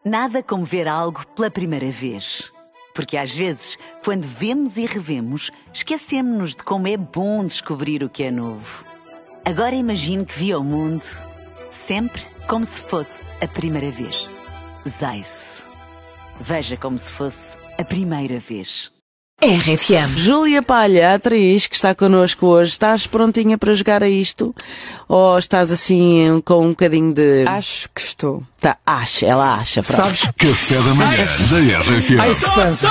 Nada como ver algo pela primeira vez. Porque às vezes, quando vemos e revemos, esquecemos-nos de como é bom descobrir o que é novo. Agora imagine que viu o mundo sempre como se fosse a primeira vez. Zais. Veja como se fosse a primeira vez. RFM. Júlia Palha, a atriz que está connosco hoje, estás prontinha para jogar a isto? Ou estás assim com um bocadinho de... Acho que estou. Tá, ela acha, pronto. Sabes, café da manhã da RFM. Ai, suspense.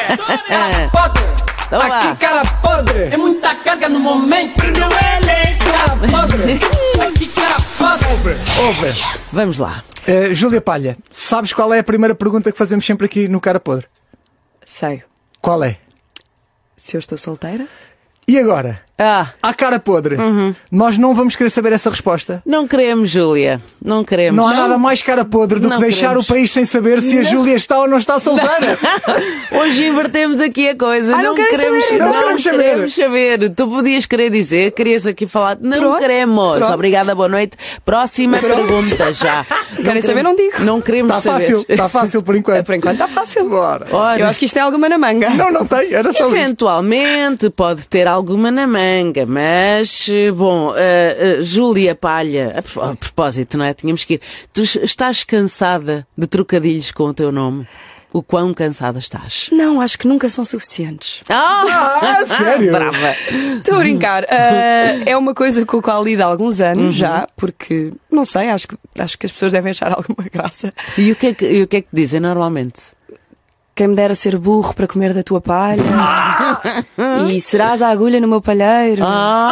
Então vá. Aqui, cara podre. É muita carga no momento. Cara podre. Aqui, cara podre. Vamos lá. Júlia Palha, sabes qual é a primeira pergunta que fazemos sempre aqui no Cara Podre? Sei. Qual é? Se eu estou solteira? E agora? À Cara Podre, nós não vamos querer saber essa resposta. Não queremos, Júlia. Não queremos. Não há nada mais cara podre do Não que deixar queremos. o país sem saber se a Júlia está ou não está solteira. Hoje invertemos aqui a coisa. não querem queremos saber. Não queremos saber. queremos saber. Tu podias querer dizer, querias aqui falar. Não Pronto, queremos. pronto. Obrigada, boa noite. Próxima pergunta já. Querem saber? Não digo. Não queremos Está saber. fácil, está fácil por enquanto. Por enquanto está fácil. Bora. Ora, Eu acho que isto é alguma na manga. Não tem, era só isto. eventualmente pode ter alguma na manga, mas, bom, Júlia Palha, a propósito, não é? Tínhamos que ir. Tu estás cansada de trocadilhos com o teu nome? O quão cansada estás? Não, acho que nunca são suficientes. Sério? Brava! Estou a brincar. É uma coisa com a qual lido há alguns anos já, porque, não sei, acho que as pessoas devem achar alguma graça. E o que é que dizem normalmente? Quem me dera ser burro para comer da tua palha. E serás a agulha no meu palheiro.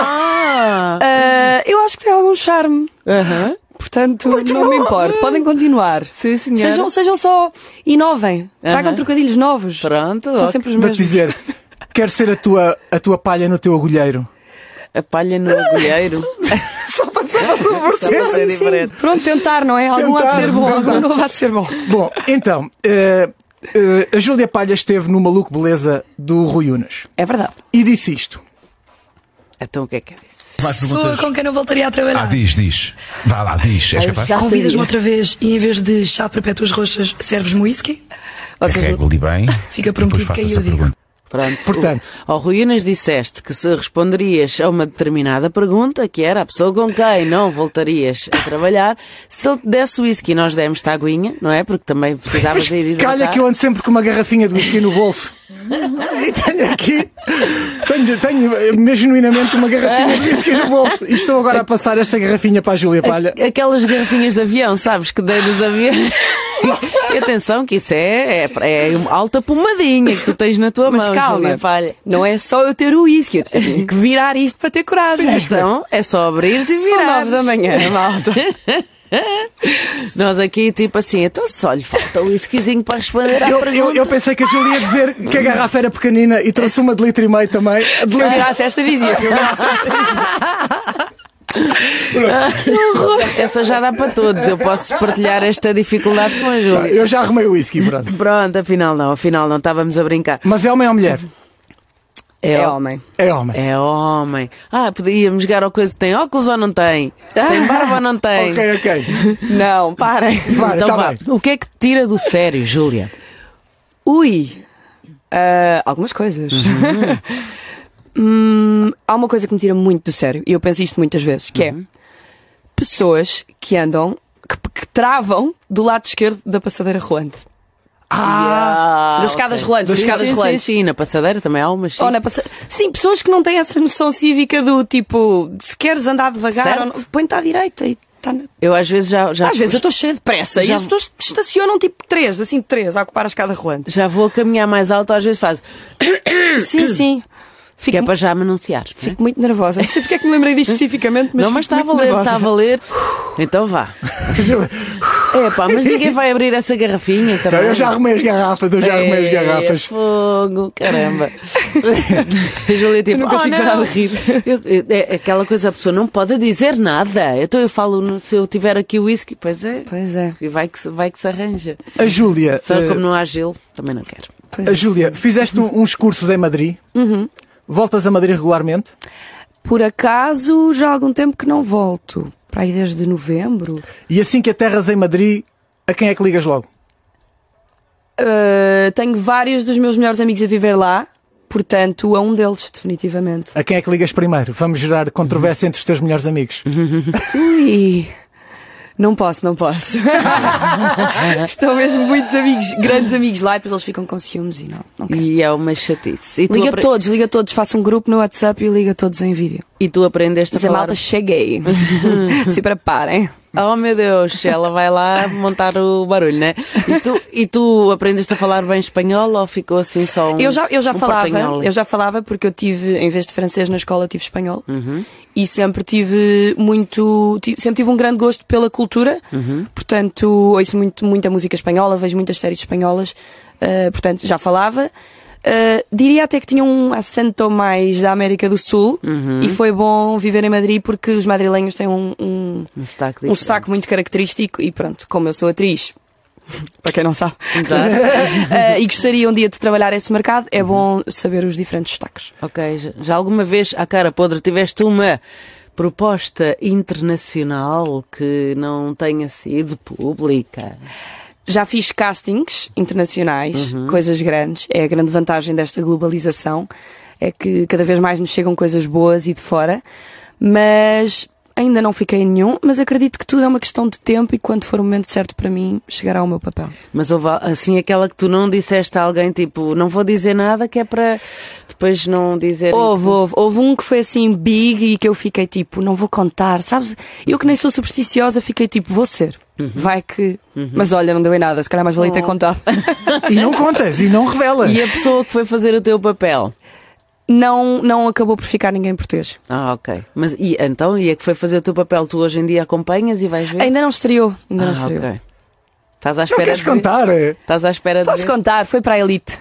Eu acho que tem algum charme. Portanto, não me importo. Podem continuar. Sim, senhora. Sejam só. Inovem. Tragam trocadilhos novos. Pronto, São ok. sempre os Vou-te mesmos. dizer, quero ser a tua palha no teu agulheiro. A palha no agulheiro. Só para por Só para ser Sim, diferente. pronto, tentar, não é? Algum há de ser bom, algum não há de ser bom. Bom, então, a Júlia Palha esteve no Maluco Beleza do Rui Unas É verdade. e disse isto. Então o que é isso? Mais Pessoa perguntas? com quem não voltaria a trabalhar. Diz. Vá lá, diz. És capaz? Já Convidas-me sabia. outra vez e em vez de chá perpétuas roxas, serves-me whisky? Carrego-lhe bem. Fica e depois prometido faço que aí essa eu digo. pergunta. Pronto. Portanto. Ao Rui Unas disseste que se responderias a uma determinada pergunta, que era a pessoa com quem não voltarias a trabalhar, se ele te desse whisky, nós demos-te a aguinha, não é? Porque também precisavas de ir hidratar. Calha que eu ando sempre com uma garrafinha de whisky no bolso. E tenho aqui, tenho genuinamente uma garrafinha de whisky no bolso. E estou agora a passar esta garrafinha para a Júlia Palha. Aquelas garrafinhas de avião, sabes, que dei nos aviões. E atenção que isso é alta pomadinha que tu tens na tua Mas mão, calma, Júlia Palha. não é só eu ter o whisky, eu tenho que virar isto para ter coragem. Então, é só abrires e São virar. 9 da manhã, malta. Nós aqui, tipo assim, então só lhe falta o whiskyzinho para responder à pergunta. Eu pensei que a Júlia ia dizer que a garrafa era pequenina e trouxe uma de litro e meio também. Se eu virasse esta, dizia. Se eu virasse esta, Essa já dá para todos. Eu posso partilhar esta dificuldade com a Júlia. Eu já arrumei o whisky, pronto. Pronto, afinal não, estávamos a brincar. Mas é homem ou mulher? é homem. É homem. É homem. Podíamos jogar ao coisa, tem óculos ou não tem? Tem barba ou não tem? Ok. Não, parem. Vai, Então tá vá. bem. O que é que te tira do sério, Júlia? Ui. Algumas coisas. Há uma coisa que me tira muito do sério, e eu penso isto muitas vezes, que é pessoas que andam, que travam do lado esquerdo da passadeira rolante. Das escadas rolantes, das escadas rolantes. Sim, na passadeira também há umas. Sim. Ou na Sim, pessoas que não têm essa noção cívica do tipo, se queres andar devagar, Certo. ou não, põe-te à direita e está na... Eu às vezes já Às vezes eu estou cheia de pressa e Já- as pessoas estacionam tipo três a ocupar a escada rolante. já vou a caminhar mais alto, às vezes faço. Sim. Que é para já me anunciar. não é? Fico muito nervosa. Não sei porque é que me lembrei disto especificamente, mas Não, mas fico está a muito valer, nervosa. está a valer. Então vá. Mas ninguém vai abrir essa garrafinha também. Eu já arrumei as garrafas, Fogo, caramba. A Júlia tipo, Eu não consigo parar de rir. É aquela coisa, a pessoa não pode dizer nada. Então eu falo, se eu tiver aqui o whisky, pois é. Pois é. E vai que se arranja. A Júlia, Só como não há gelo, também não quero. Pois a é. Júlia, fizeste uns cursos em Madrid. Voltas a Madrid regularmente? Por acaso, já há algum tempo que não volto. Para aí desde novembro. E assim que aterras em Madrid, a quem é que ligas logo? Tenho vários dos meus melhores amigos a viver lá, portanto, a um deles, definitivamente. A quem é que ligas primeiro? Vamos gerar controvérsia entre os teus melhores amigos. Ui, não posso. Estão mesmo muitos amigos, grandes amigos lá, e depois eles ficam com ciúmes e não quero. E é uma chatice. E tu Liga todos, faço um grupo no WhatsApp e liga todos em vídeo. E tu aprendeste a Dizer, falar... malta, cheguei. Se preparem. Oh meu Deus, ela vai lá montar o barulho, né? E tu aprendeste a falar bem espanhol ou ficou assim só um... Eu já falava, portanhol? eu já falava porque eu tive, em vez de francês na escola, tive espanhol. E sempre tive um grande gosto pela cultura. Portanto, ouço muita música espanhola, vejo muitas séries espanholas. Portanto, já falava. Diria até que tinha um acento mais da América do Sul. E foi bom viver em Madrid porque os madrilenhos têm um sotaque muito característico. E pronto, como eu sou atriz, para quem não sabe, e gostaria um dia de trabalhar esse mercado, é bom saber os diferentes sotaques. Ok, já alguma vez, à cara podre, tiveste uma proposta internacional que não tenha sido pública? Já fiz castings internacionais, coisas grandes. É a grande vantagem desta globalização, é que cada vez mais nos chegam coisas boas e de fora, mas ainda não fiquei em nenhum, mas acredito que tudo é uma questão de tempo e quando for o momento certo para mim, chegará ao meu papel. Mas houve assim aquela que tu não disseste a alguém, tipo, não vou dizer nada, que é para depois não dizer... Houve um que foi assim big e que eu fiquei tipo, não vou contar, sabes? Eu que nem sou supersticiosa, fiquei tipo, vou ser. Vai que... Mas olha, não deu em nada, se calhar mais valia ter contado. E não contas, e não revelas. E a pessoa que foi fazer o teu papel? Não acabou por ficar ninguém português. Ok. Mas e a que foi fazer o teu papel, tu hoje em dia acompanhas e vais ver? Ainda não estreou. Ok. Estás à espera Não queres contar? Estás à espera Posso contar, foi para a Elite.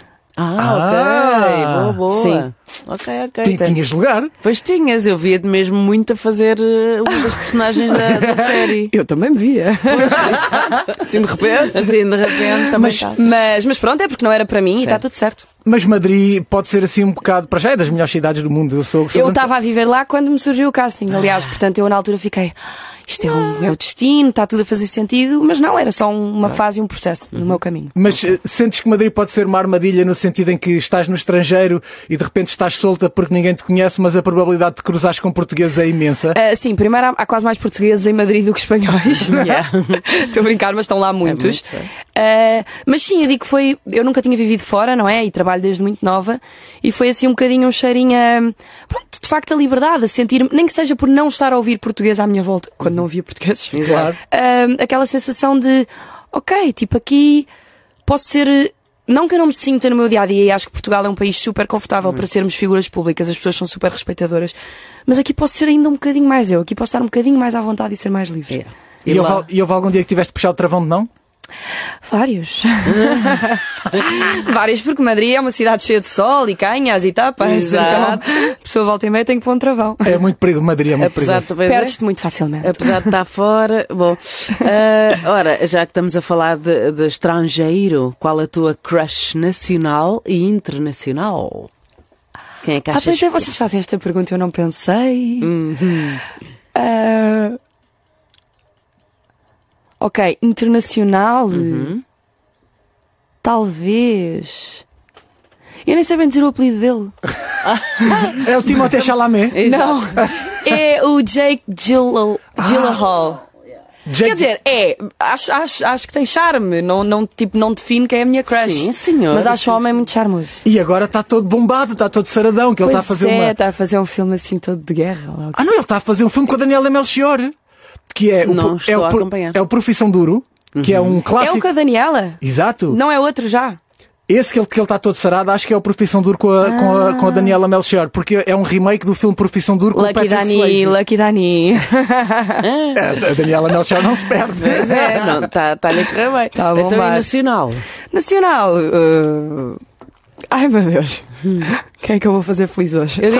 Ok. Boa. Sim. Ok. Tinhas lugar? Pois tinhas, eu via-te mesmo muito a fazer uma das personagens da série. Eu também me via. Assim de repente. Também mas pronto, é porque não era para mim e está tudo certo. Mas Madrid pode ser assim um bocado, para já é das melhores cidades do mundo. Eu estava a viver lá quando me surgiu o casting, aliás, portanto eu na altura fiquei, isto é o destino, está tudo a fazer sentido, mas não, era só uma fase e um processo no meu caminho. Mas sentes que Madrid pode ser uma armadilha no sentido em que estás no estrangeiro e de repente estás solta porque ninguém te conhece, mas a probabilidade de cruzares com portugueses é imensa? Sim, primeiro há quase mais portugueses em Madrid do que espanhóis. Estou a brincar, mas estão lá muitos. Mas sim, eu digo que eu nunca tinha vivido fora, não é? E trabalho desde muito nova e foi assim um bocadinho um cheirinho pronto, de facto a liberdade, a sentir, nem que seja por não estar a ouvir português à minha volta, quando não ouvia portugueses. Claro. Aquela sensação de, ok, tipo aqui posso ser, não que eu não me sinta no meu dia-a-dia, e acho que Portugal é um país super confortável para sermos figuras públicas, as pessoas são super respeitadoras, mas aqui posso ser ainda um bocadinho mais aqui posso estar um bocadinho mais à vontade e ser mais livre. E houve algum dia que tiveste puxado o travão de não? Vários. Vários, porque Madrid é uma cidade cheia de sol e canhas e tapas. Então, a pessoa volta e meia tem que pôr um travão. É muito perigo, Madrid é muito perigoso. Perdes-te muito facilmente. Apesar de estar fora. Bom, ora, já que estamos a falar de estrangeiro, qual a tua crush nacional e internacional? Quem é que achas? Pois é, vocês fazem esta pergunta, eu não pensei. Ok, internacional. Talvez. Eu nem sei bem dizer o apelido dele. É o Timothée Chalamet? Não. É o Jake Gyllenhaal. Quer dizer, acho que tem charme. Não defino quem é a minha crush. Sim, senhor. Mas acho o homem muito charmoso. E agora está todo bombado, está todo saradão, que ele está a fazer está a fazer um filme assim todo de guerra. Não, ele está a fazer um filme com a Daniela Melchior. Que é é o Profissão Duro, que é um clássico. É o com a Daniela? Exato. Não é outro já? Esse que ele está todo sarado, acho que é o Profissão Duro com a Daniela Melchior, porque é um remake do filme Profissão Duro com o Patrick Swayze. Lucky Dani. A Daniela Melchior não se perde. Pois está-lhe a correr bem. Tá bom, então é nacional? Nacional. Ai meu Deus. Quem é que eu vou fazer feliz hoje? Eu digo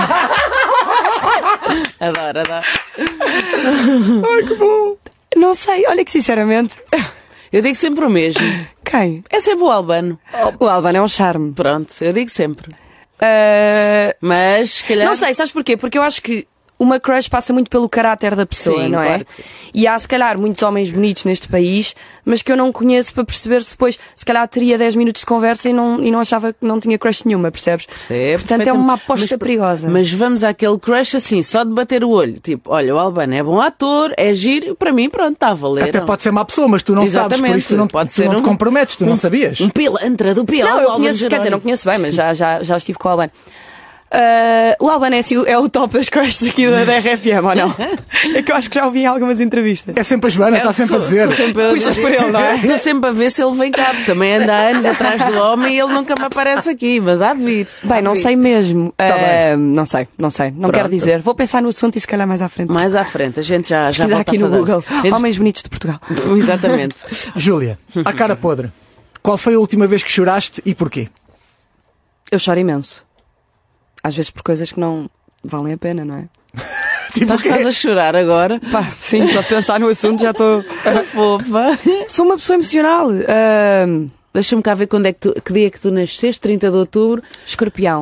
Adoro. Ai, que bom. Não sei, olha que sinceramente. Eu digo sempre o mesmo. Quem? É sempre o Albano. O Albano é um charme. Pronto, eu digo sempre. Mas, se calhar... Não sei, sabes porquê? Porque eu acho que uma crush passa muito pelo caráter da pessoa, Sim, não é? claro que sim. E há, se calhar, muitos homens bonitos neste país, mas que eu não conheço para perceber se depois, se calhar, teria 10 minutos de conversa e não achava que não tinha crush nenhuma, percebes? Percebo Portanto, é perfeitamente. uma aposta perigosa. Mas vamos àquele crush assim, só de bater o olho. Tipo, olha, o Albano é bom ator, é giro, para mim, pronto, está a valer. Até pode ser má pessoa, mas tu não sabes, por isso tu não, Pode tu ser não te comprometes, tu não sabias. Um pilantra do pior. Não, eu conheço, quer dizer, não conheço bem, mas já estive com o Albano. O Albano é, assim, é o top das crushes aqui da RFM, ou não? É que eu acho que já ouvi em algumas entrevistas. É sempre a Joana, está sempre a dizer. Puxas por ele, não é? Estou sempre a ver se ele vem cá, porque também anda há anos atrás do homem e ele nunca me aparece aqui, mas há de vir. Bem, não sei mesmo. Não sei. Não quero dizer. Vou pensar no assunto e se calhar mais à frente. Mais à frente, a gente já Pesquisar volta aqui a no falar. Google. Homens bonitos de Portugal. Exatamente. Júlia, à cara podre, qual foi a última vez que choraste e porquê? Eu choro imenso. Às vezes por coisas que não valem a pena, não é? Tipo, Estás quase a chorar agora. Pá, sim, só de pensar no assunto já estou. Fofa. Sou uma pessoa emocional. Deixa-me cá ver que dia é que tu nasceste, 30 de outubro. Escorpião.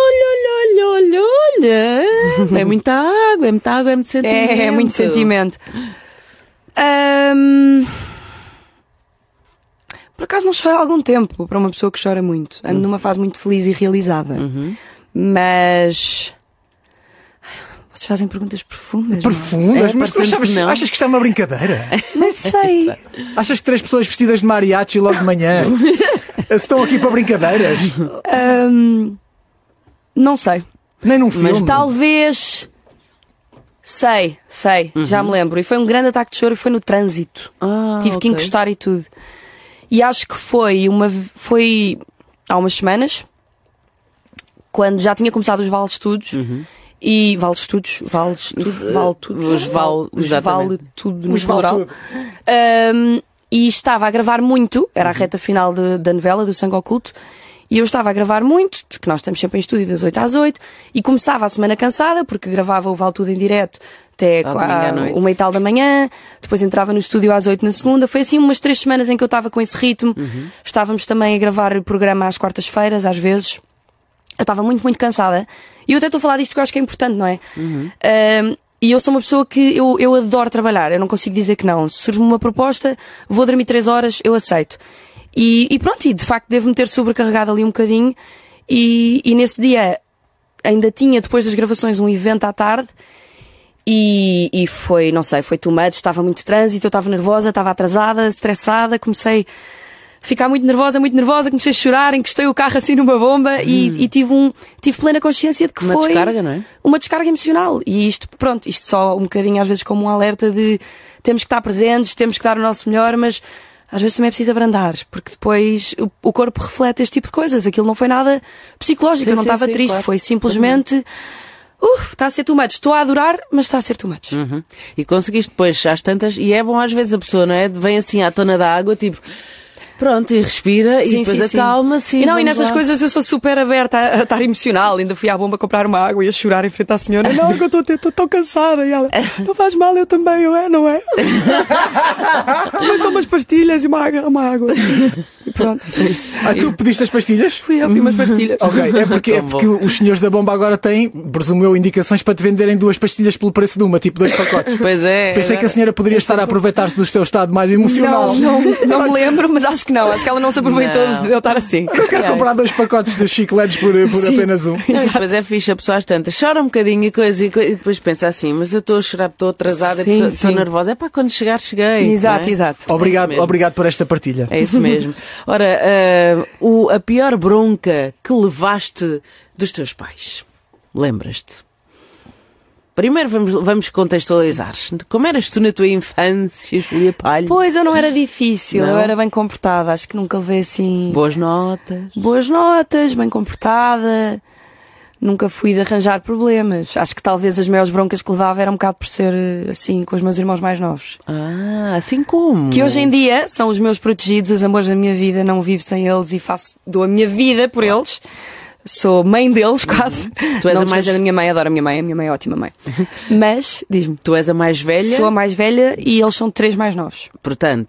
Olha. É muita água, é muito sentimento. É muito sentimento. Por acaso não choro há algum tempo para uma pessoa que chora muito. Ando numa fase muito feliz e realizada. Mas. Vocês fazem perguntas profundas. Profundas? É, Mas tu parecendo que não. achas que isto é uma brincadeira? Não sei. Achas que 3 pessoas vestidas de mariachi logo de manhã estão aqui para brincadeiras? Não sei. Nem num filme. Mas talvez. Sei. Já me lembro. E foi um grande ataque de choro e foi no trânsito. Tive que encostar e tudo. E acho que foi há umas semanas, quando já tinha começado os Vale Estudos. E Vale Estudos, Vale Tudo no plural. E estava a gravar muito, era a reta final da novela do Sangue Oculto, e eu estava a gravar muito, que nós estamos sempre em estúdio das 8 às 8, e começava a semana cansada, porque gravava o Vale Tudo em direto até uma e tal da manhã, depois entrava no estúdio às 8 na segunda. Foi assim umas 3 semanas em que eu estava com esse ritmo. Estávamos também a gravar o programa às quartas-feiras, às vezes. Eu estava muito, muito cansada. E eu até estou a falar disto porque eu acho que é importante, não é? E eu sou uma pessoa que eu adoro trabalhar. Eu não consigo dizer que não. Se surge-me uma proposta, vou dormir 3 horas, eu aceito. E pronto, e de facto devo-me ter sobrecarregado ali um bocadinho. E nesse dia ainda tinha, depois das gravações, um evento à tarde. E foi, não sei, foi too much. Estava muito trânsito, eu estava nervosa, estava atrasada, estressada. Comecei a ficar muito nervosa, comecei a chorar, encostei o carro assim numa bomba e tive plena consciência de que uma foi descarga, não é? Uma descarga emocional. E isto só um bocadinho às vezes como um alerta de temos que estar presentes, temos que dar o nosso melhor, mas às vezes também é preciso abrandar, porque depois o corpo reflete este tipo de coisas. Aquilo não foi nada psicológico, eu não estava triste, claro. Foi simplesmente está a ser too much. Estou a adorar, mas está a ser too much. E conseguiste depois, às tantas, e é bom às vezes a pessoa, não é? Vem assim à tona da água, tipo, pronto, e respira, e depois acalma-se. E nessas coisas eu sou super aberta a estar emocional. Ainda fui à bomba comprar uma água e a chorar em frente à senhora. Não, eu estou tão cansada. E ela, não faz mal, eu também, não é? Mas são umas pastilhas e uma água. E pronto, foi isso. Tu pediste as pastilhas? Fui eu, pedi umas pastilhas. Ok, é porque os senhores da bomba agora têm, presumo eu, indicações para te venderem 2 pastilhas pelo preço de uma, tipo 2 pacotes. Pois é. Pensei que a senhora poderia estar a aproveitar-se do seu estado mais emocional. Não me lembro, mas acho que não. Acho que ela não se aproveitou de eu estar assim. Eu quero comprar 2 pacotes de chicletes por apenas um. Não, e depois é fixe, a pessoa às tantas chora um bocadinho e depois pensa assim, mas eu estou a chorar, estou atrasada, estou nervosa. É para quando cheguei. Exato, não é? exato. Obrigado por esta partilha. É isso mesmo. Ora, a pior bronca que levaste dos teus pais, lembras-te? Primeiro vamos contextualizar. Como eras tu na tua infância, Júlia Palha? Pois, eu não era difícil, Não? eu era bem comportada. Acho que nunca levei assim... Boas notas. Boas notas, bem comportada. Nunca fui de arranjar problemas. Acho que talvez as maiores broncas que levava eram um bocado por ser assim com os meus irmãos mais novos. Assim como? Que hoje em dia são os meus protegidos, os amores da minha vida, não vivo sem eles e dou a minha vida por eles. Sou mãe deles, quase. Tu és não a mais... da minha mãe, adoro a minha mãe é ótima mãe. Mas, diz-me. Tu és a mais velha? Sou a mais velha e eles são 3 mais novos. Portanto,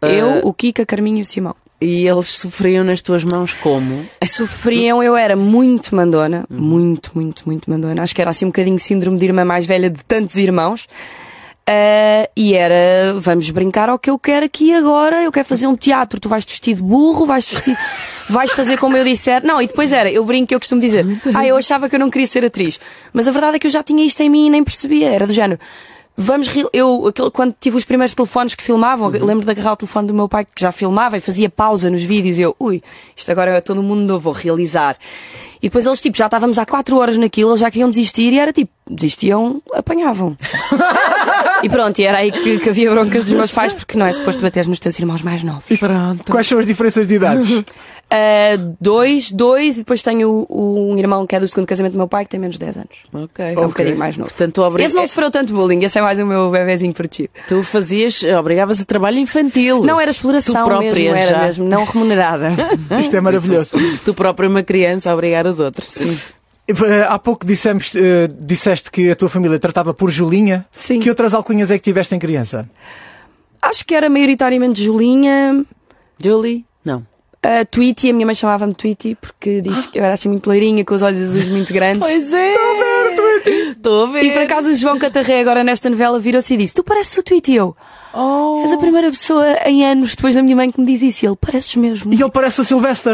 Eu, o Kika, Carminho e o Simão. E eles sofriam nas tuas mãos como? Sofriam, eu era muito mandona. Muito mandona. Acho que era assim um bocadinho síndrome de irmã mais velha de tantos irmãos. E era, vamos brincar ao que eu quero aqui agora. Eu quero fazer um teatro. Tu vais vestir de burro, vais fazer como eu disser. Não, e depois era, eu brinco que eu costumo dizer, eu achava que eu não queria ser atriz. Mas a verdade é que eu já tinha isto em mim e nem percebia. Era do género. Quando tive os primeiros telefones que filmavam, lembro de agarrar o telefone do meu pai que já filmava e fazia pausa nos vídeos e eu, isto agora é todo mundo novo, vou realizar. E depois eles, já estávamos há 4 horas naquilo, eles já queriam desistir e era desistiam, apanhavam. E pronto, e era aí que havia broncas dos meus pais, porque não é suposto bateres nos teus irmãos mais novos. Pronto. Quais são as diferenças de idades? 2, e depois tenho um irmão que é do segundo casamento do meu pai, que tem menos de 10 anos. Ok. É um bocadinho mais novo. Portanto, Esse não sofreu tanto bullying, esse é mais o meu bebezinho protegido. Tu obrigavas a trabalho infantil. Não, era exploração mesmo, não remunerada. Isto é maravilhoso. Tu própria uma criança a obrigar os outros. Sim. Há pouco disseste que a tua família tratava por Julinha. Sim. Que outras alcunhas é que tiveste em criança? Acho que era maioritariamente Julinha. Julie? Não. Tweety, a minha mãe chamava-me Tweety porque diz que eu era assim muito loirinha, com os olhos azuis muito grandes. Pois é! Estou a ver, Tweety! Estou a ver! E por acaso o João Catarré agora nesta novela virou-se e disse: tu pareces o Tweety. E eu: és a primeira pessoa em anos depois da minha mãe que me diz isso. E ele: pareces mesmo. E ele parece o Sylvester.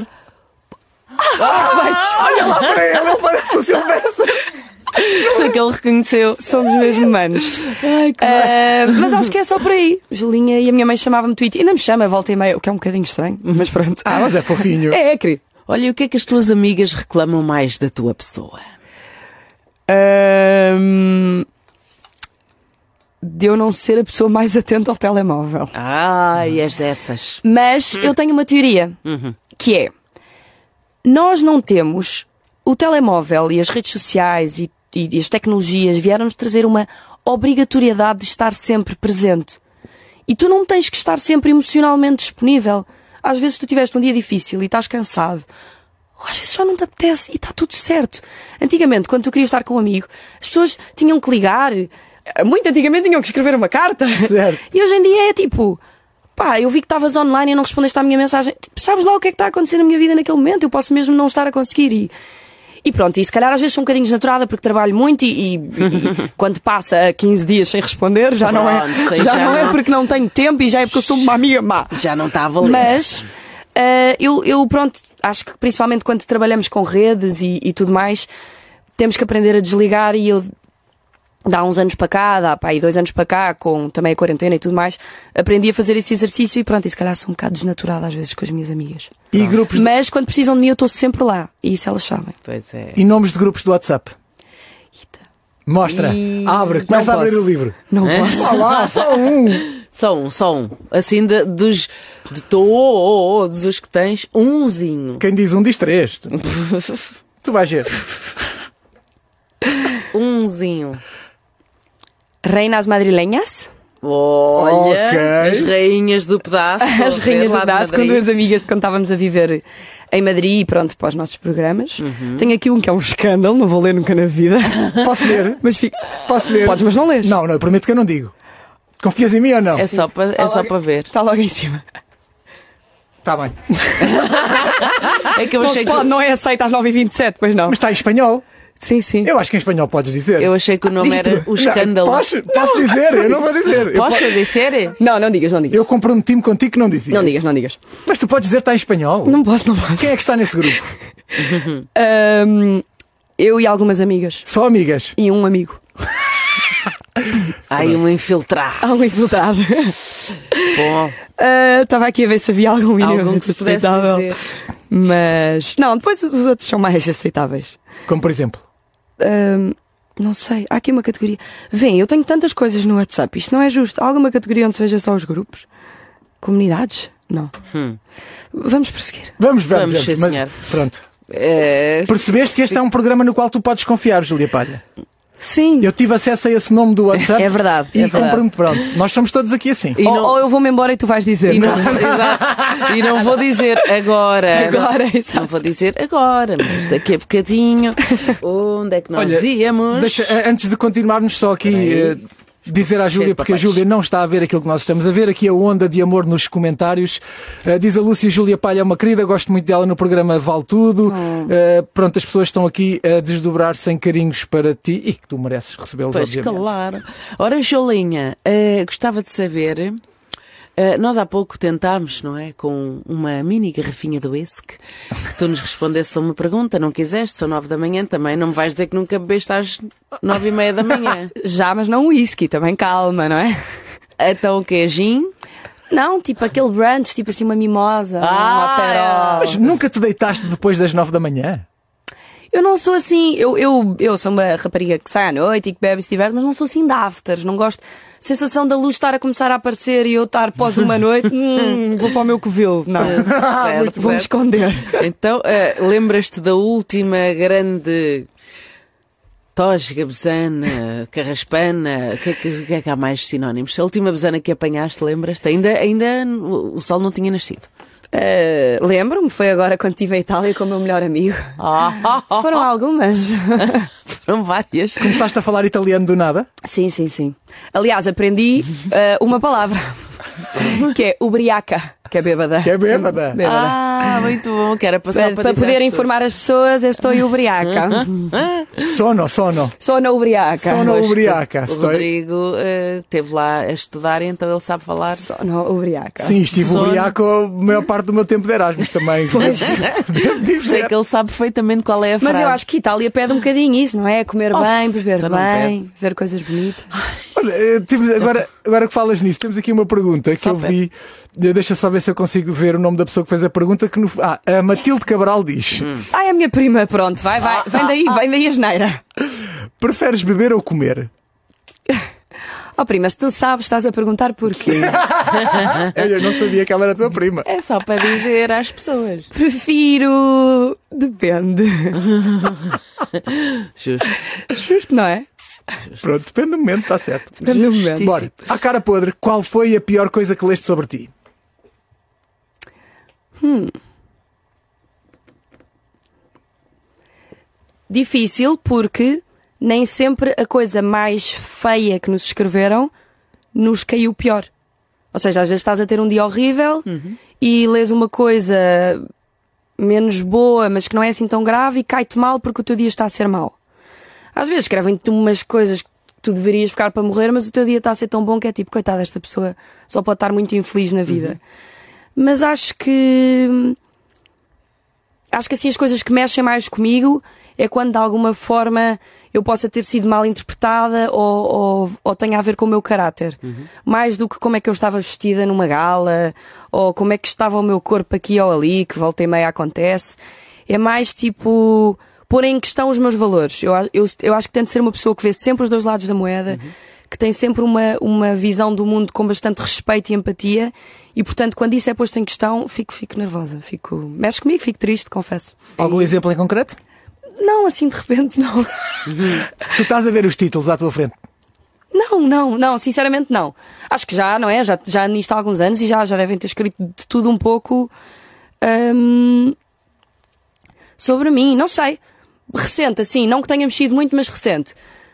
Olha lá para ele parece o Sylvester. Sei que ele reconheceu. Somos mesmo manos. Mas acho que é só por aí. Julinha, e a minha mãe chamava-me Tweety. Ainda me chama, volta e meia, o que é um bocadinho estranho, mas pronto. Mas é fofinho. É, querido. Olha, e o que é que as tuas amigas reclamam mais da tua pessoa? De eu não ser a pessoa mais atenta ao telemóvel. E és dessas. Mas eu tenho uma teoria, que é: nós não temos o telemóvel e as redes sociais e as tecnologias vieram-nos trazer uma obrigatoriedade de estar sempre presente. E tu não tens que estar sempre emocionalmente disponível. Às vezes tu tiveste um dia difícil e estás cansado. Ou às vezes só não te apetece e está tudo certo. Antigamente, quando tu querias estar com um amigo, as pessoas tinham que ligar. Muito antigamente tinham que escrever uma carta. Certo. E hoje em dia é tipo: eu vi que estavas online e não respondeste à minha mensagem. Sabes lá o que é que está a acontecer na minha vida naquele momento? Eu posso mesmo não estar a conseguir. E pronto, e se calhar às vezes sou um bocadinho desnaturada porque trabalho muito e quando passa 15 dias sem responder já não é porque não tenho tempo e já é porque eu sou uma amiga má. Já não está a valer. Mas eu pronto, acho que principalmente quando trabalhamos com redes e tudo mais, temos que aprender a desligar. E eu, há uns anos para cá, aí 2 anos para cá, com também a quarentena e tudo mais, aprendi a fazer esse exercício e pronto, e se calhar sou um bocado desnaturada às vezes com as minhas amigas. E grupos Mas quando precisam de mim eu estou sempre lá, e isso elas sabem. Pois é. E nomes de grupos do WhatsApp? Mostra, abre, começa a abrir o livro. Não posso. Só um. Assim de todos os que tens, umzinho. Quem diz 1 diz 3. Tu vais ver. Umzinho. Reinas madrilenhas? Olha, Ok. as rainhas do pedaço. As rainhas do lá de pedaço, com Madrid. 2 amigas de quando estávamos a viver em Madrid e pronto, para os nossos programas. Tenho aqui um que é um escândalo, não vou ler nunca na vida. Posso ler? Mas Posso ler? Podes, mas não lês. Não, eu prometo que eu não digo. Confias em mim ou não? É só para ver. Está logo em cima. Está bem. É que eu Não, achei se pode, não é aceito às 9h27, pois não. Mas está em espanhol. Sim, sim. Eu acho que em espanhol podes dizer. Eu achei que o nome era o escândalo. Posso dizer? Eu não vou dizer. Posso dizer? Não digas. Eu comprometi-me contigo que não dizia. Não digas. Mas tu podes dizer que está em espanhol. Não posso. Quem é que está nesse grupo? Eu e algumas amigas. Só amigas. E um amigo. Ai, um infiltrado. Algo infiltrado. Bom, Estava aqui a ver se havia algum mínimo algum que se pudesse aceitável. dizer. Mas não, depois os outros são mais aceitáveis. Como por exemplo? Não sei, há aqui uma categoria. Vem, eu tenho tantas coisas no WhatsApp, isto não é justo. Há alguma categoria onde se veja só os grupos? Comunidades? Não. Vamos prosseguir. Vamos, sim, mas senhor. pronto. Percebeste que este é um programa no qual tu podes confiar, Júlia Palha? Sim. Eu tive acesso a esse nome do WhatsApp. É verdade. E comprei-me, pronto. Nós somos todos aqui assim. Ou eu vou-me embora e tu vais dizer. E não vou dizer agora. Exato. Não vou dizer agora, mas daqui a bocadinho. Onde é que nós íamos? Antes de continuarmos só aqui, dizer à Júlia, porque a Júlia não está a ver aquilo que nós estamos a ver. Aqui a onda de amor nos comentários. Diz a Lúcia: Júlia Palha é uma querida, gosto muito dela no programa Vale Tudo. Pronto, as pessoas estão aqui a desdobrar-se em carinhos para ti e que tu mereces recebê-los, pois, obviamente. Claro. Ora, Julinha, gostava de saber... nós há pouco tentámos, não é, com uma mini garrafinha do whisky, que tu nos respondesses a uma pergunta, não quiseste, são 9 da manhã também, não me vais dizer que nunca bebeste às 9:30 da manhã. Já, mas não whisky, também calma, não é? Então o quê, gin? Não, tipo aquele brunch, tipo assim uma mimosa, um aperol. Mas nunca te deitaste depois das 9 da manhã? Eu não sou assim, eu sou uma rapariga que sai à noite e que bebe e se diverte, mas não sou assim de afters, não gosto. Sensação da luz estar a começar a aparecer e eu estar pós uma noite, vou para o meu covil, não. Vou-me esconder. Então, lembras-te da última grande tosga, besana, carraspana, o que é que há mais sinónimos? A última besana que apanhaste, lembras-te? Ainda o sol não tinha nascido. Lembro-me, foi agora quando estive em Itália com o meu melhor amigo. Foram algumas. Foram várias. Começaste a falar italiano do nada? Sim. Aliás, aprendi uma palavra que é ubriaca, que é bêbada. Que é bêbada. Muito bom, que era para poder informar as pessoas, estou ubriaca. Sono ubriaca. O Rodrigo esteve lá a estudar, então ele sabe falar. Sono ubriaca. Sim, estive ubriaco a maior parte do meu tempo de Erasmus também. Pois. Sei que ele sabe perfeitamente qual é a frase. Mas eu acho que Itália pede um bocadinho isso, não é? Comer bem, beber então bem, ver coisas bonitas. Olha, agora que falas nisso, temos aqui uma pergunta que eu vi. Deixa só ver se eu consigo ver o nome da pessoa que fez a pergunta. A Matilde Cabral diz: é a minha prima, pronto, vai, vem daí a geneira. Preferes beber ou comer? Oh prima, se tu sabes, estás a perguntar porquê. Eu não sabia que ela era tua prima. É só para dizer às pessoas. Prefiro... Depende. Justo, não é? Pronto, depende do momento, está certo. Depende do momento. Bora, à cara podre, qual foi a pior coisa que leste sobre ti? Difícil, porque nem sempre a coisa mais feia que nos escreveram nos caiu pior. Ou seja, às vezes estás a ter um dia horrível e lês uma coisa menos boa, mas que não é assim tão grave e cai-te mal porque o teu dia está a ser mau. Às vezes escrevem-te umas coisas que tu deverias ficar para morrer, mas o teu dia está a ser tão bom que é tipo, coitada, esta pessoa só pode estar muito infeliz na vida. Mas acho que assim as coisas que mexem mais comigo é quando de alguma forma eu possa ter sido mal interpretada ou tenha a ver com o meu caráter. Mais do que como é que eu estava vestida numa gala ou como é que estava o meu corpo aqui ou ali, que volta e meia acontece. É mais tipo pôr em questão os meus valores. Eu acho que tento ser uma pessoa que vê sempre os dois lados da moeda, que tem sempre uma visão do mundo com bastante respeito e empatia e, portanto, quando isso é posto em questão, fico nervosa. Mexe comigo, fico triste, confesso. Algum exemplo em concreto? Não, assim de repente não. Tu estás a ver os títulos à tua frente? Não, sinceramente não. Acho que já, não é? Já nisto há alguns anos e já devem ter escrito de tudo um pouco sobre mim, não sei. Recente, assim, não que tenha mexido muito, mas recente.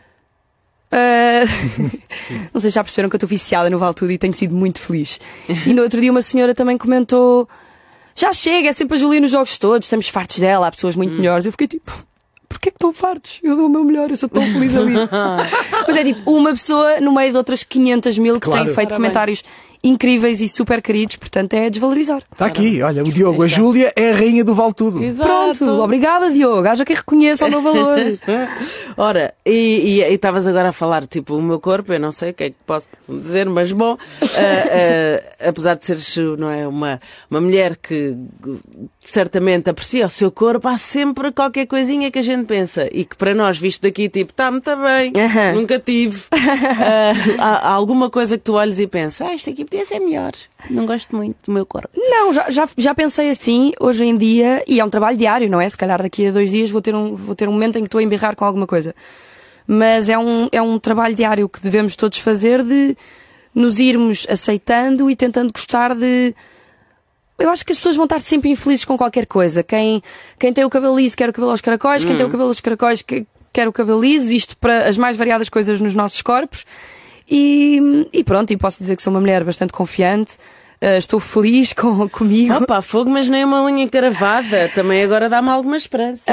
Não sei se já perceberam que eu estou viciada no Vale Tudo e tenho sido muito feliz. E no outro dia uma senhora também comentou: já chega, é sempre a Júlia nos jogos todos, estamos fartos dela, há pessoas muito melhores. Eu fiquei tipo, porquê que estão fartos? Eu dou o meu melhor, eu sou tão feliz ali. Mas é tipo, uma pessoa no meio de outras 500 mil que têm feito comentários incríveis e super queridos, portanto é desvalorizar. Está aqui, olha, o Diogo, a Júlia é a rainha do Vale Tudo. Exato. Pronto, obrigada Diogo, haja quem reconheça o meu valor. Ora, e estavas agora a falar, tipo, o meu corpo, eu não sei o que é que posso dizer, mas bom, apesar de seres, não é, uma mulher que certamente aprecia o seu corpo, há sempre qualquer coisinha que a gente pensa e que para nós, visto daqui, tipo, está muito bem, nunca tive. Há alguma coisa que tu olhes e pensas, isto aqui podia ser melhor, não gosto muito do meu corpo. Não, já pensei assim, hoje em dia, e é um trabalho diário, não é? Se calhar daqui a 2 dias vou ter um momento em que estou a embirrar com alguma coisa. Mas é um trabalho diário que devemos todos fazer de nos irmos aceitando e tentando gostar de... Eu acho que as pessoas vão estar sempre infelizes com qualquer coisa. Quem tem o cabelo liso quer o cabelo aos caracóis, quem tem o cabelo aos caracóis quer o cabelo liso, isto para as mais variadas coisas nos nossos corpos. E pronto, e posso dizer que sou uma mulher bastante confiante. Estou feliz comigo. Opa, fogo, mas nem uma unha encravada. Também agora dá-me alguma esperança.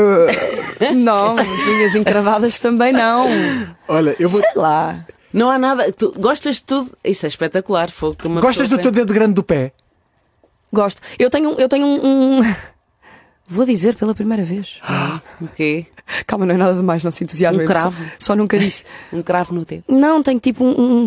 Não, unhas encravadas também não. Olha, eu vou. Sei lá. Não há nada. Tu gostas de tudo? Isso é espetacular, fogo. Que uma Gostas do pessoa teu dedo grande do pé? Gosto. Eu tenho um... Vou dizer pela primeira vez. O quê? Calma, não é nada demais, não se entusiasme. Um cravo. Só nunca disse. Um cravo no dedo. Não, tenho tipo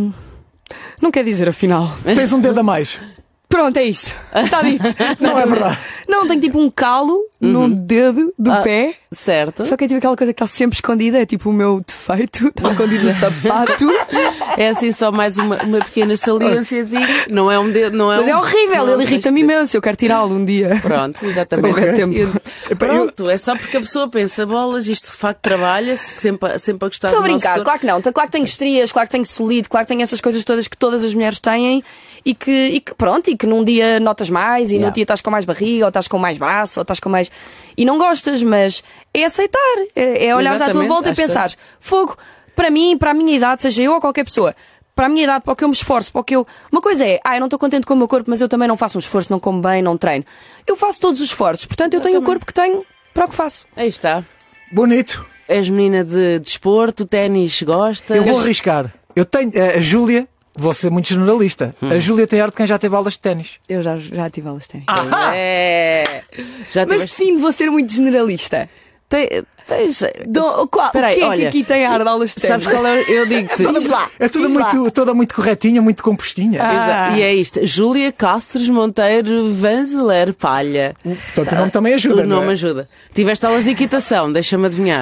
Não quer dizer afinal. Tens um dedo a mais. Pronto, é isso. Está dito. Não é verdade. Não, tenho tipo um calo num dedo do pé. Certo. Só que é tipo aquela coisa que está sempre escondida. É tipo o meu defeito. Está escondido no sapato. É assim só mais uma pequena saliênciazinha. Não é um dedo, não é Mas um... é horrível, não, ele irrita-me imenso. Eu quero tirá-lo um dia. Pronto, exatamente. Quando houver tempo. Pronto, é só porque a pessoa pensa, bolas, isto de facto trabalha, sempre a gostar Estou a do nosso brincar, corpo. claro que não. Claro que tenho estrias, claro que tenho solito, claro que tenho essas coisas todas que todas as mulheres têm e que pronto, e que num dia notas mais e no dia estás com mais barriga, ou estás com mais braço, ou estás com mais. E não gostas, mas é aceitar, é olhares à tua Exatamente, volta e pensares, fogo, para mim, para a minha idade, seja eu ou qualquer pessoa. Para a minha idade, para o que eu me esforço, para o que eu... Uma coisa é, eu não estou contente com o meu corpo, mas eu também não faço um esforço, não como bem, não treino. Eu faço todos os esforços, portanto eu tenho o corpo que tenho para o que faço. Aí está. Bonito. És menina de desporto, ténis, gostas? Eu vou arriscar. Eu tenho. A Júlia, vou ser muito generalista. A Júlia tem arte de quem já teve aulas de ténis. Eu já tive aulas de ténis. É. Já Mas tiveste... defino, vou ser muito generalista. Tens... Peraí, Quem é olha, que aqui tem ar de aulas de ténis? Sabes qual é? Eu digo-te. Diz lá. É tudo diz lá. toda muito corretinha, muito compostinha. Exato. E é isto. Júlia Castros Monteiro Vanzeler Palha. Portanto, o nome também ajuda, O não nome é? ajuda. Tiveste aulas de equitação, deixa-me adivinhar.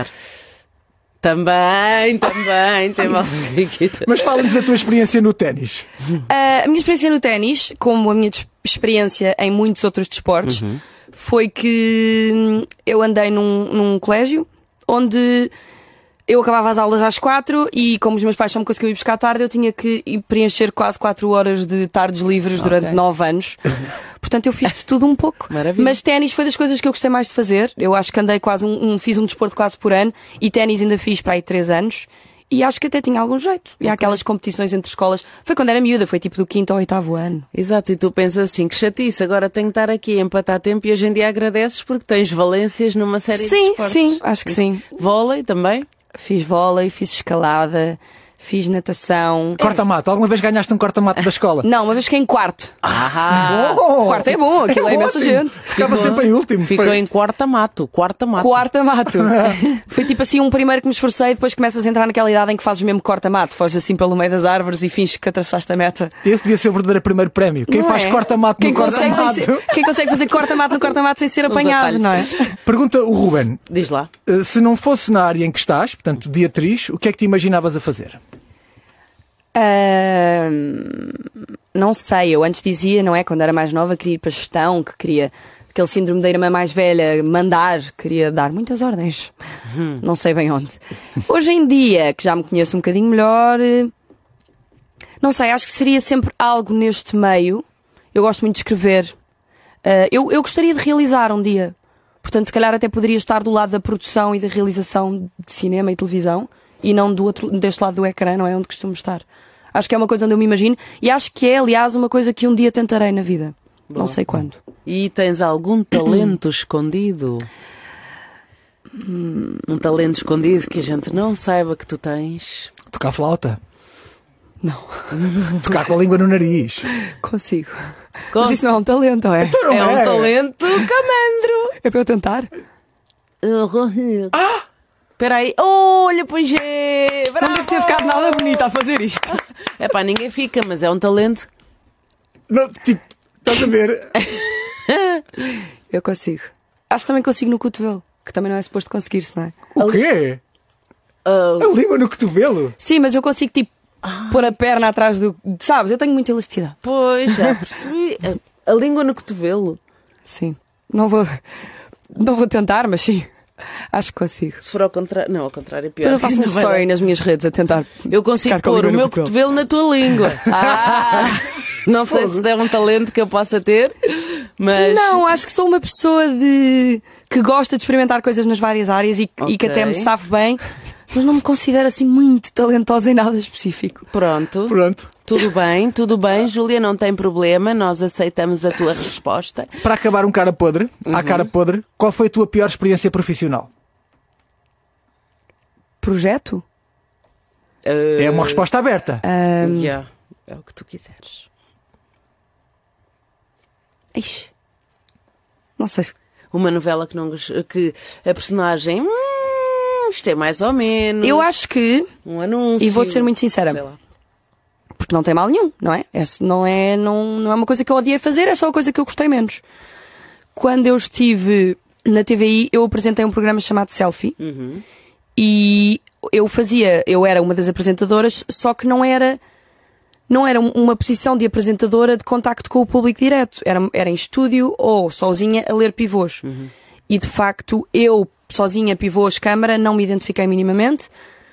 Também. Tem aulas de equitação. Mas fala-nos da tua experiência no ténis. A minha experiência no ténis, como a minha experiência em muitos outros desportos, foi que eu andei num colégio onde eu acabava as aulas às 4 e como os meus pais só me conseguiam ir buscar tarde, eu tinha que preencher quase 4 horas de tardes livres durante 9 anos. Portanto, eu fiz de tudo um pouco. Maravilha. Mas ténis foi das coisas que eu gostei mais de fazer. Eu acho que andei quase fiz um desporto quase por ano e ténis ainda fiz para aí 3 anos. E acho que até tinha algum jeito. E há aquelas competições entre escolas. Foi quando era miúda, foi tipo do 5º ao 8º ano. Exato, e tu pensas assim, que chatice, agora tenho que estar aqui a empatar tempo e hoje em dia agradeces porque tens valências numa série de Sim, esportes. sim, acho que sim. Vôlei também? Fiz vôlei, fiz escalada, fiz natação. Corta-mato. Alguma vez ganhaste um corta-mato da escola? Não, uma vez fiquei em quarto. Oh! Quarto é bom, aquilo é imensa ótimo. gente. Ficava sempre em último. Ficou Foi- em quarta-mato. Quarta-mato. Foi tipo assim um primeiro que me esforcei, depois começas a entrar naquela idade em que fazes mesmo corta-mato. Foges assim pelo meio das árvores e finges que atravessaste a meta. Esse devia ser o verdadeiro primeiro prémio. Quem Não faz é? corta-mato no corta-mato. Quem consegue fazer corta-mato no corta-mato sem ser apanhado, atalhos. não é? Pergunta o Ruben. Diz lá. Se não fosse na área em que estás, portanto, de atriz, o que é que te imaginavas a fazer? Não sei, eu antes dizia, não é? Quando era mais nova, queria ir para gestão, que queria aquele síndrome da irmã mais velha, mandar, queria dar muitas ordens. Não sei bem onde. Hoje em dia, que já me conheço um bocadinho melhor, não sei, acho que seria sempre algo neste meio. Eu gosto muito de escrever. Eu gostaria de realizar um dia. Portanto, se calhar até poderia estar do lado da produção e da realização de cinema e televisão e não deste lado do ecrã, não é? Onde costumo estar. Acho que é uma coisa onde eu me imagino e acho que é, aliás, uma coisa que um dia tentarei na vida. Bom. Não sei quando. E tens algum talento escondido? Um talento escondido que a gente não saiba que tu tens? Tocar flauta? Não. Tocar com a língua no nariz? Consigo. Mas isso não é um talento, é? Então não É um talento camandro. É para eu tentar? Espera aí. Olha, pois é. Não deve ter ficado nada bonita a fazer isto. É pá, ninguém fica, mas é um talento. Não, tipo, estás a ver? Eu consigo. Acho que também consigo no cotovelo, que também não é suposto conseguir-se, não é? O quê? A língua no cotovelo? Sim, mas eu consigo, tipo, pôr a perna atrás do... Sabes, eu tenho muita elasticidade. Pois, já percebi. A língua no cotovelo. Sim. Não vou tentar, mas sim. Acho que consigo. Se for ao contrário. Não, ao contrário é pior. Depois eu faço um Não vai story dar. nas minhas redes a tentar. Eu consigo ficar com a pôr o língua no meu cotovelo na tua língua. Não sei se é um talento que eu possa ter, mas. Não, acho que sou uma pessoa que gosta de experimentar coisas nas várias áreas e que até me sabe bem. mas não me considero assim muito talentosa em nada específico. Pronto. Tudo bem, Júlia, não tem problema, nós aceitamos a tua resposta. Para acabar um cara podre, à cara podre, qual foi a tua pior experiência profissional? Projeto? É uma resposta aberta. Yeah, é o que tu quiseres. Ixi. Não sei se... Uma novela que a personagem... isto é mais ou menos... Eu acho que... Um anúncio... E vou ser muito sincera. Porque não tem mal nenhum, não é? Não é uma coisa que eu odiei fazer, é só uma coisa que eu gostei menos. Quando eu estive na TVI, eu apresentei um programa chamado Selfie. E eu era uma das apresentadoras, só que não era uma posição de apresentadora de contacto com o público direto. Era em estúdio ou sozinha a ler pivôs. E de facto, eu, sozinha, pivôs, câmara, não me identifiquei minimamente.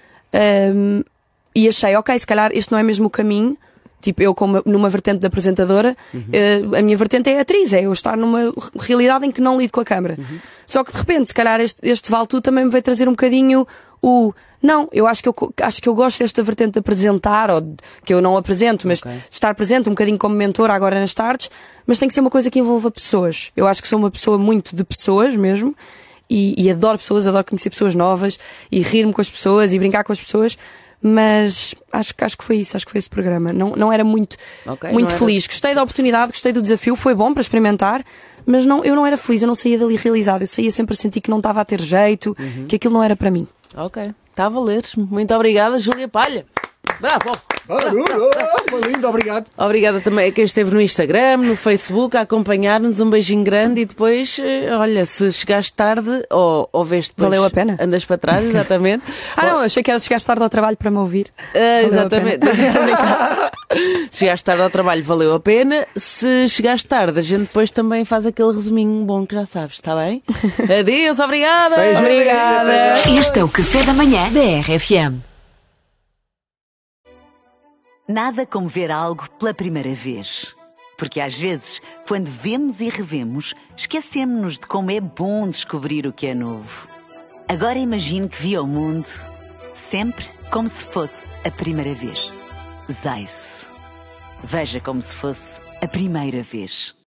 E achei, ok, se calhar este não é mesmo o caminho. Tipo, eu numa vertente de apresentadora, a minha vertente é atriz, é eu estar numa realidade em que não lido com a câmara. Só que de repente, se calhar este Vale Tudo também me veio trazer um bocadinho não, eu acho que eu gosto desta vertente de apresentar, ou que eu não apresento, mas estar presente um bocadinho como mentora agora nas tardes, mas tem que ser uma coisa que envolva pessoas. Eu acho que sou uma pessoa muito de pessoas mesmo, e adoro pessoas, adoro conhecer pessoas novas, e rir-me com as pessoas, e brincar com as pessoas. Mas acho que foi isso, acho que foi esse programa. Não era muito feliz. Gostei da oportunidade, gostei do desafio, foi bom para experimentar, mas eu não era feliz, eu não saía dali realizado. Eu saía sempre a sentir que não estava a ter jeito, que aquilo não era para mim. Ok, está a valer. Muito obrigada, Júlia Palha. Bravo! Lindo, obrigado. Obrigada também a quem esteve no Instagram, no Facebook, a acompanhar-nos. Um beijinho grande e depois, olha, se chegaste tarde ou vês depois... Valeu a pena. Andas para trás, exatamente. Não, achei que era se chegaste tarde ao trabalho para me ouvir. Exatamente. Se chegaste tarde ao trabalho, valeu a pena. Se chegaste tarde, a gente depois também faz aquele resuminho bom que já sabes, está bem? Adeus, obrigada! Obrigada! Este é o Café da Manhã da RFM. Nada como ver algo pela primeira vez. Porque às vezes, quando vemos e revemos, esquecemos-nos de como é bom descobrir o que é novo. Agora imagine que viu o mundo sempre como se fosse a primeira vez. Zais. Veja como se fosse a primeira vez.